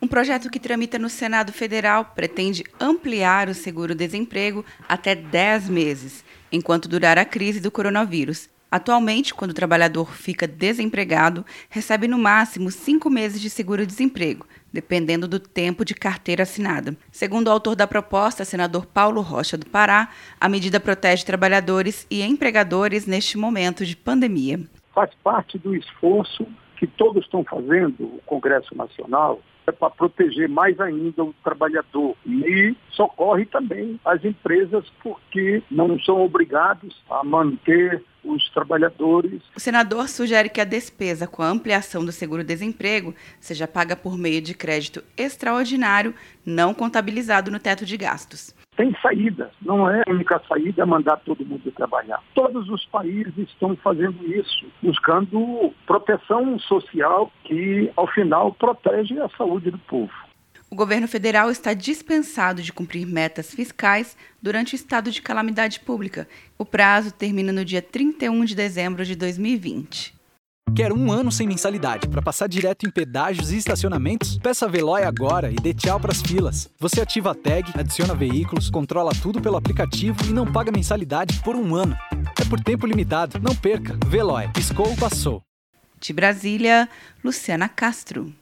Um projeto que tramita no Senado Federal pretende ampliar o seguro-desemprego até 10 meses, enquanto durar a crise do coronavírus. Atualmente, quando o trabalhador fica desempregado, recebe no máximo 5 meses de seguro-desemprego, dependendo do tempo de carteira assinada. Segundo o autor da proposta, senador Paulo Rocha, do Pará, a medida protege trabalhadores e empregadores neste momento de pandemia. Faz parte do esforço que todos estão fazendo, o Congresso Nacional, para proteger mais ainda o trabalhador. E socorre também as empresas, porque não são obrigados a manter os trabalhadores. O senador sugere que a despesa com a ampliação do seguro-desemprego seja paga por meio de crédito extraordinário, não contabilizado no teto de gastos. Tem saída, não é a única saída mandar todo mundo trabalhar. Todos os países estão fazendo isso, buscando proteção social que, ao final, protege a saúde do povo. O governo federal está dispensado de cumprir metas fiscais durante o estado de calamidade pública. O prazo termina no dia 31 de dezembro de 2020. Quer um ano sem mensalidade para passar direto em pedágios e estacionamentos? Peça a Veloy agora e dê tchau para as filas. Você ativa a tag, adiciona veículos, controla tudo pelo aplicativo e não paga mensalidade por um ano. É por tempo limitado. Não perca. Veloy. Piscou, passou. De Brasília, Luciana Castro.